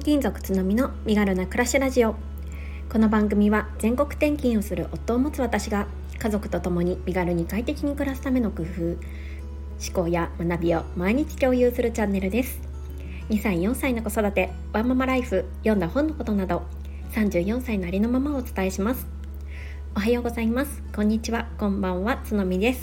勤族つのみの身軽な暮らしラジオ。この番組は全国転勤をする夫を持つ私が家族と共に身軽に快適に暮らすための工夫、思考や学びを毎日共有するチャンネルです。2歳4歳の子育て、ワンママライフ、読んだ本のことなど34歳のありのままをお伝えします。おはようございます、こんにちは、こんばんは、つのみです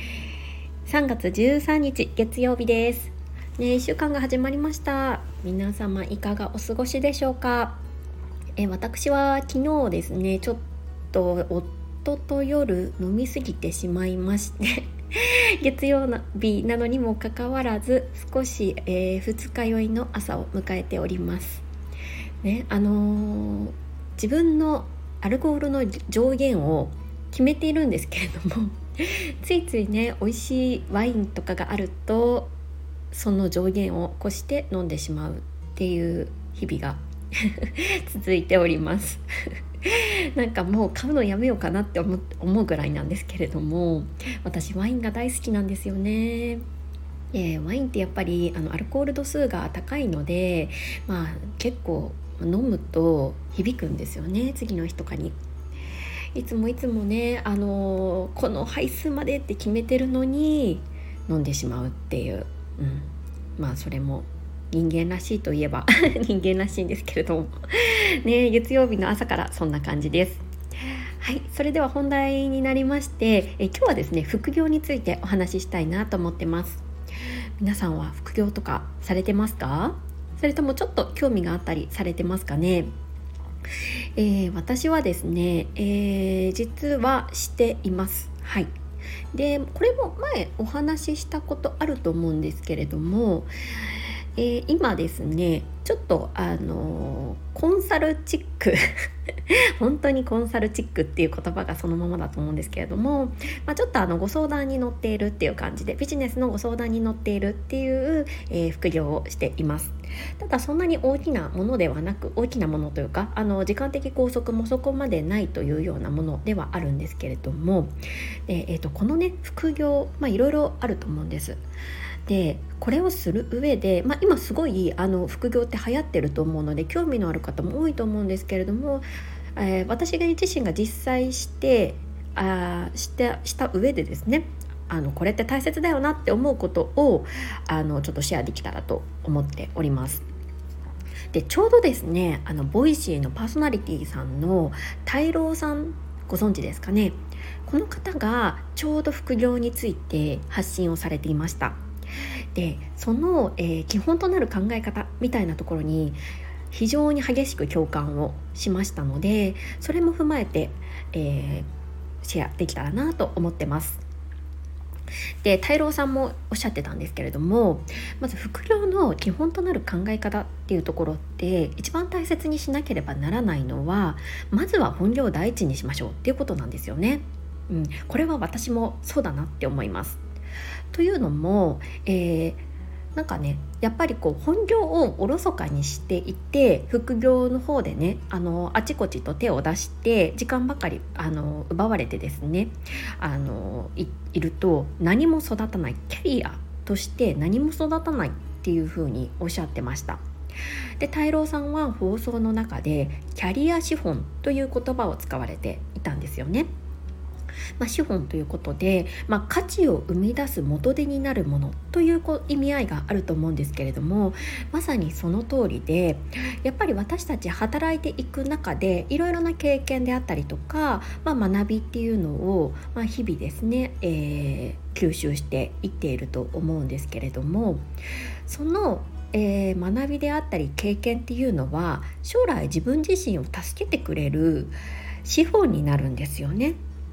。3月13日月曜日です。1週間が始まりました。皆様いかがお過ごしでしょうか。私は昨日ですね、ちょっと夫と夜飲みすぎてしまいまして月曜日なのにもかかわらず少し、二日酔いの朝を迎えております、ね。自分のアルコールの上限を決めているんですけれどもついついね、美味しいワインとかがあるとその上限を越して飲んでしまうっていう日々が続いておりますなんかもう買うのやめようかなって思うぐらいなんですけれども、私ワインが大好きなんですよね。ワインってやっぱりアルコール度数が高いので、結構飲むと響くんですよね、次の日とかに。いつもね、この配数までって決めてるのに飲んでしまうっていう、それも人間らしいといえば人間らしいんですけれどもね、月曜日の朝からそんな感じです。はい、それでは本題になりまして、今日はですね、副業についてお話ししたいなと思ってます。皆さんは副業とかされてますか？それともちょっと興味があったりされてますかね？私はですね、実はしています。はい。で、これも前お話ししたことあると思うんですけれども、今ですね、ちょっとコンサルチック本当にコンサルチックっていう言葉がそのままだと思うんですけれども、ちょっとご相談に乗っているっていう感じで、ビジネスのご相談に乗っているっていう、副業をしています。ただそんなに大きなものではなく、大きなものというか時間的拘束もそこまでないというようなものではあるんですけれども、このね副業、いろいろあると思うんです。でこれをする上で、今すごい副業って流行ってると思うので興味のある方も多いと思うんですけれども、私自身が実際してした上でですね、これって大切だよなって思うことをちょっとシェアできたらと思っております。でちょうどですね、ボイシーのパーソナリティさんの泰郎さん、ご存知ですかね。この方がちょうど副業について発信をされていました。でその、基本となる考え方みたいなところに非常に激しく共感をしましたので、それも踏まえて、シェアできたらなと思ってます。で泰郎さんもおっしゃってたんですけれども、まず副業の基本となる考え方っていうところって一番大切にしなければならないのは、まずは本業を第一にしましょうっていうことなんですよね。これは私もそうだなって思います。というのも、なんかね、やっぱり本業をおろそかにしていて副業の方でね、あちこちと手を出して時間ばかり奪われてですね、いると何も育たない、キャリアとして何も育たないっていうふうにおっしゃってました。で泰郎さんは放送の中でキャリア資本という言葉を使われていたんですよね。資本ということで、価値を生み出す元手になるものという意味合いがあると思うんですけれども、まさにその通りで、やっぱり私たち働いていく中でいろいろな経験であったりとか、学びっていうのを、日々ですね、吸収していっていると思うんですけれども、その学びであったり経験っていうのは将来自分自身を助けてくれる資本になるんですよね。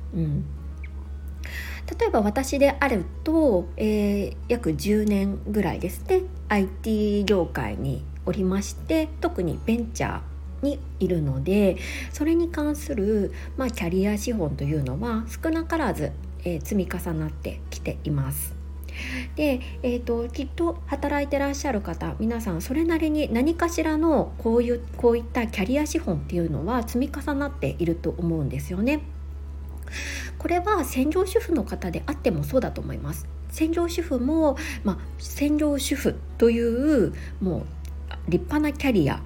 例えば私であると、約10年ぐらいですね、 IT 業界におりまして、特にベンチャーにいるので、それに関する、キャリア資本というのは少なからず、積み重なってきています。で、きっと働いてらっしゃる方、皆さんそれなりに何かしらのこういったキャリア資本っていうのは積み重なっていると思うんですよね。これは専業主婦の方であってもそうだと思います。専業主婦も、専業主婦というもう立派なキャリア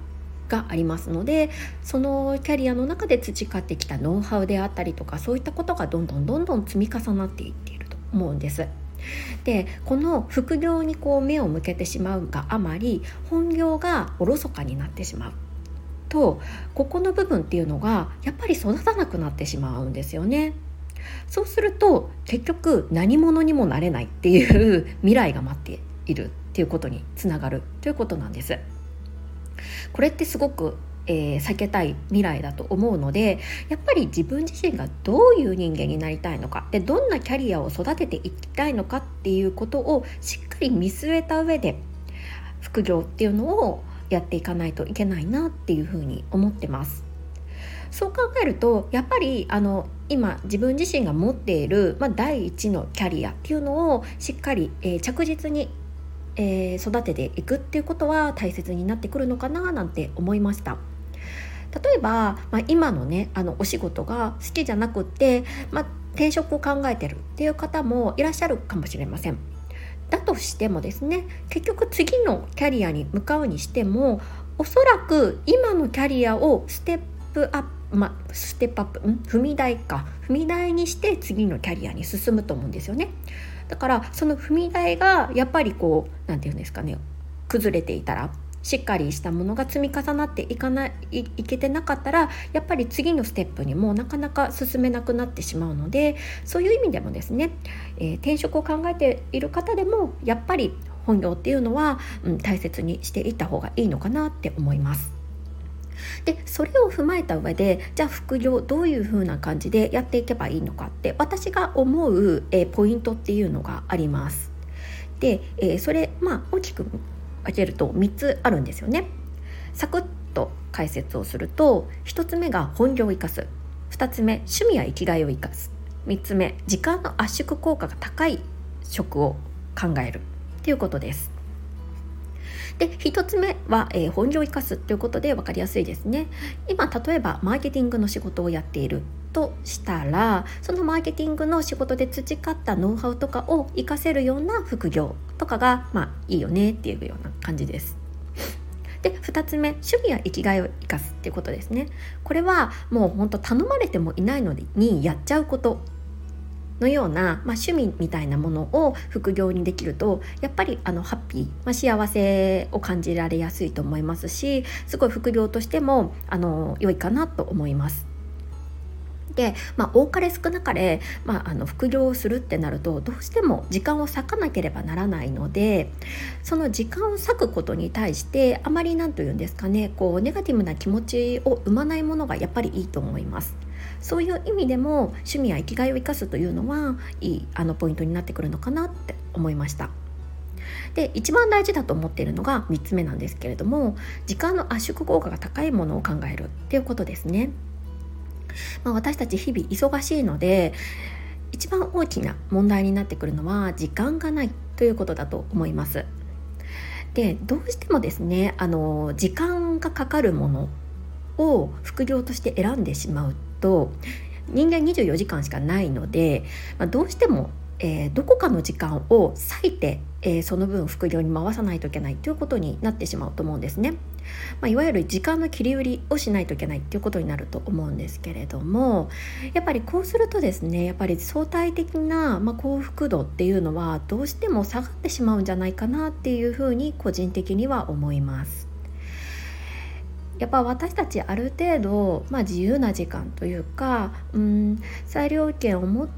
がありますので、そのキャリアの中で培ってきたノウハウであったりとか、そういったことがどんどん積み重なっていっていると思うんです。で、この副業に目を向けてしまうがあまり、本業がおろそかになってしまうと、ここの部分っていうのがやっぱり育たなくなってしまうんですよね。そうすると結局何者にもなれないっていう未来が待っているっていうことにつながるということなんです。これってすごく、避けたい未来だと思うので、やっぱり自分自身がどういう人間になりたいのかで、どんなキャリアを育てていきたいのかっていうことをしっかり見据えた上で副業っていうのをやっていかないといけないなっていうふうに思ってます。そう考えるとやっぱり今自分自身が持っている、第一のキャリアっていうのをしっかり、着実に、育てていくっていうことは大切になってくるのかななんて思いました。例えば、今のねお仕事が好きじゃなくって、転職を考えてるっていう方もいらっしゃるかもしれません。だとしてもですね、結局次のキャリアに向かうにしても、おそらく今のキャリアをステップアップ、踏み台にして次のキャリアに進むと思うんですよね。だからその踏み台がやっぱりなんていうんですかね、崩れていたら、しっかりしたものが積み重なっていけてなかったら、やっぱり次のステップにもなかなか進めなくなってしまうので、そういう意味でもですね、転職を考えている方でもやっぱり本業っていうのは、大切にしていった方がいいのかなって思います。で、それを踏まえた上で、じゃあ副業どういう風な感じでやっていけばいいのかって私が思う、ポイントっていうのがあります。で、それ大きく分けると3つあるんですよね。サクッと解説をすると、1つ目が本業を生かす、2つ目趣味や生きがいを生かす、3つ目時間の圧縮効果が高い職を考えるということです。で、1つ目は、本業を生かすということで分かりやすいですね。今例えばマーケティングの仕事をやっているとしたら、そのマーケティングの仕事で培ったノウハウとかを活かせるような副業とかがいいよねっていうような感じです。で、2つ目、趣味や生きがいを生かすっていうことですね。これはもう本当頼まれてもいないのにやっちゃうことのような、趣味みたいなものを副業にできると、やっぱりハッピー、幸せを感じられやすいと思いますし、すごい副業としても良いかなと思います。で、多かれ少なかれ、副業をするってなるとどうしても時間を割かなければならないので、その時間を割くことに対してあまりネガティブな気持ちを生まないものがやっぱりいいと思います。そういう意味でも趣味や生きがいを生かすというのはいいポイントになってくるのかなって思いました。で、一番大事だと思っているのが3つ目なんですけれども、時間の圧縮効果が高いものを考えるっていうことですね。私たち日々忙しいので、一番大きな問題になってくるのは時間がないということだと思います。で、どうしてもですね、時間がかかるものを副業として選んでしまうと、人間24時間しかないので、どうしてもどこかの時間を割いて、その分副業に回さないといけないということになってしまうと思うんですね。いわゆる時間の切り売りをしないといけないということになると思うんですけれども、やっぱりこうするとですね、やっぱり相対的な、幸福度っていうのはどうしても下がってしまうんじゃないかなっていうふうに個人的には思います。やっぱ私たちある程度、自由な時間というか、裁量権を持って、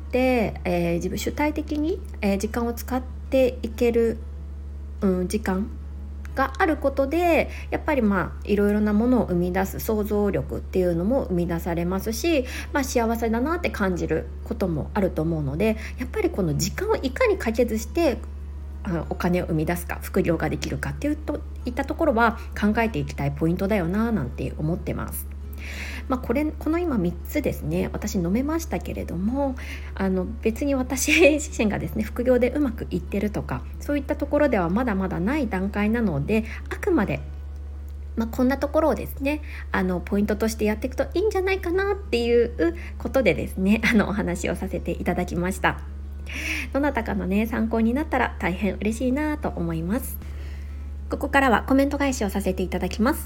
自分主体的に、時間を使っていける、時間があることで、やっぱりいろいろなものを生み出す想像力っていうのも生み出されますし、幸せだなって感じることもあると思うので、やっぱりこの時間をいかに解決してお金を生み出すか、副業ができるかっていったところは考えていきたいポイントだよななんて思ってます。この今3つですね、私述べましたけれども、別に私自身がですね副業でうまくいってるとかそういったところではまだまだない段階なので、あくまでこんなところをですねポイントとしてやっていくといいんじゃないかなっていうことでですねお話をさせていただきました。どなたかのね参考になったら大変嬉しいなと思います。ここからはコメント返しをさせていただきます。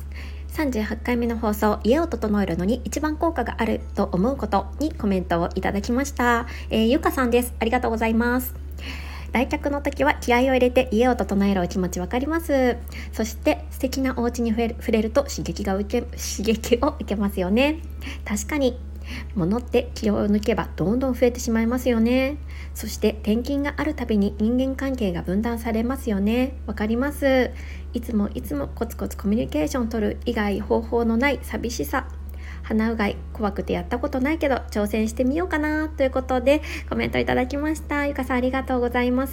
38回目の放送、家を整えるのに一番効果があると思うことにコメントをいただきました。ゆかさんです。ありがとうございます。来客の時は気合を入れて家を整えるお気持ちわかります。そして素敵なお家に触れると刺激を受けますよね。確かに物って気を抜けばどんどん増えてしまいますよね。そして転勤があるたびに人間関係が分断されますよね。わかります。いつもコツコツコミュニケーション取る以外方法のない寂しさ、鼻うがい怖くてやったことないけど挑戦してみようかなということでコメントいただきました。ゆかさんありがとうございます。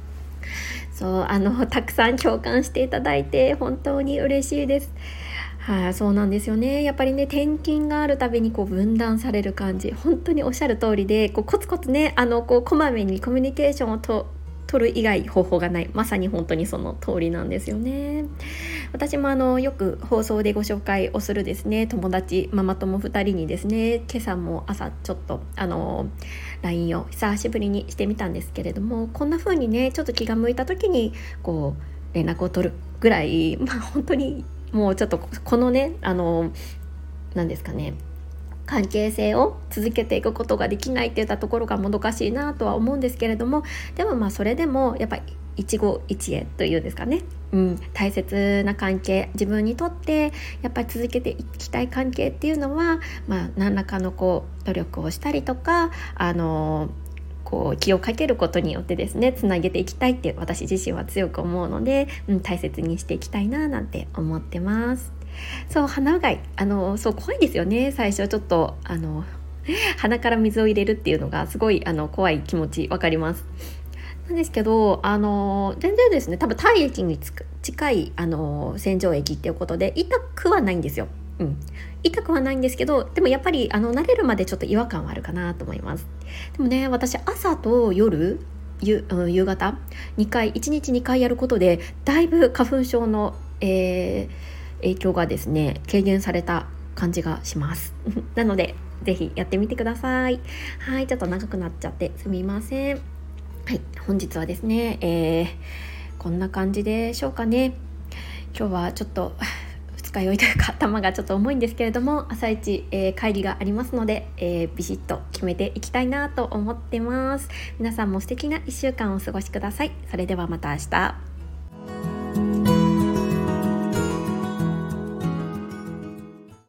そうたくさん共感していただいて本当に嬉しいです。はい、そうなんですよね。やっぱりね、転勤があるたびに分断される感じ、本当におっしゃる通りで、コツコツね、こまめにコミュニケーションを取る以外方法がない。まさに本当にその通りなんですよね。私もよく放送でご紹介をするですね、友達ママ友2人にですね、今朝も朝ちょっとLINE を久しぶりにしてみたんですけれども、こんな風にね、ちょっと気が向いた時に連絡を取るぐらい、本当にもうちょっとこのね、何ですかね、関係性を続けていくことができないっていったところがもどかしいなとは思うんですけれども、でもそれでもやっぱり一期一会というんですかね、大切な関係、自分にとってやっぱり続けていきたい関係っていうのは、何らかの努力をしたりとか気をかけることによってですね、つなげていきたいって私自身は強く思うので、大切にしていきたいななんて思ってます。そう、鼻うがいそう怖いですよね。最初ちょっと鼻から水を入れるっていうのがすごい怖い気持ちわかります。なんですけど全然ですね、多分体液に近い洗浄液っていうことで痛くはないんですよ。痛くはないんですけど、でもやっぱり慣れるまでちょっと違和感はあるかなと思います。でもね、私朝と夜夕方1日2回やることでだいぶ花粉症の、影響がですね軽減された感じがしますなのでぜひやってみてください。はい、ちょっと長くなっちゃってすみません。はい、本日はですね、こんな感じでしょうかね。今日はちょっと二日酔いというか頭がちょっと重いんですけれども、朝一、会議がありますので、ビシッと決めていきたいなと思ってます。皆さんも素敵な1週間をお過ごしください。それではまた明日。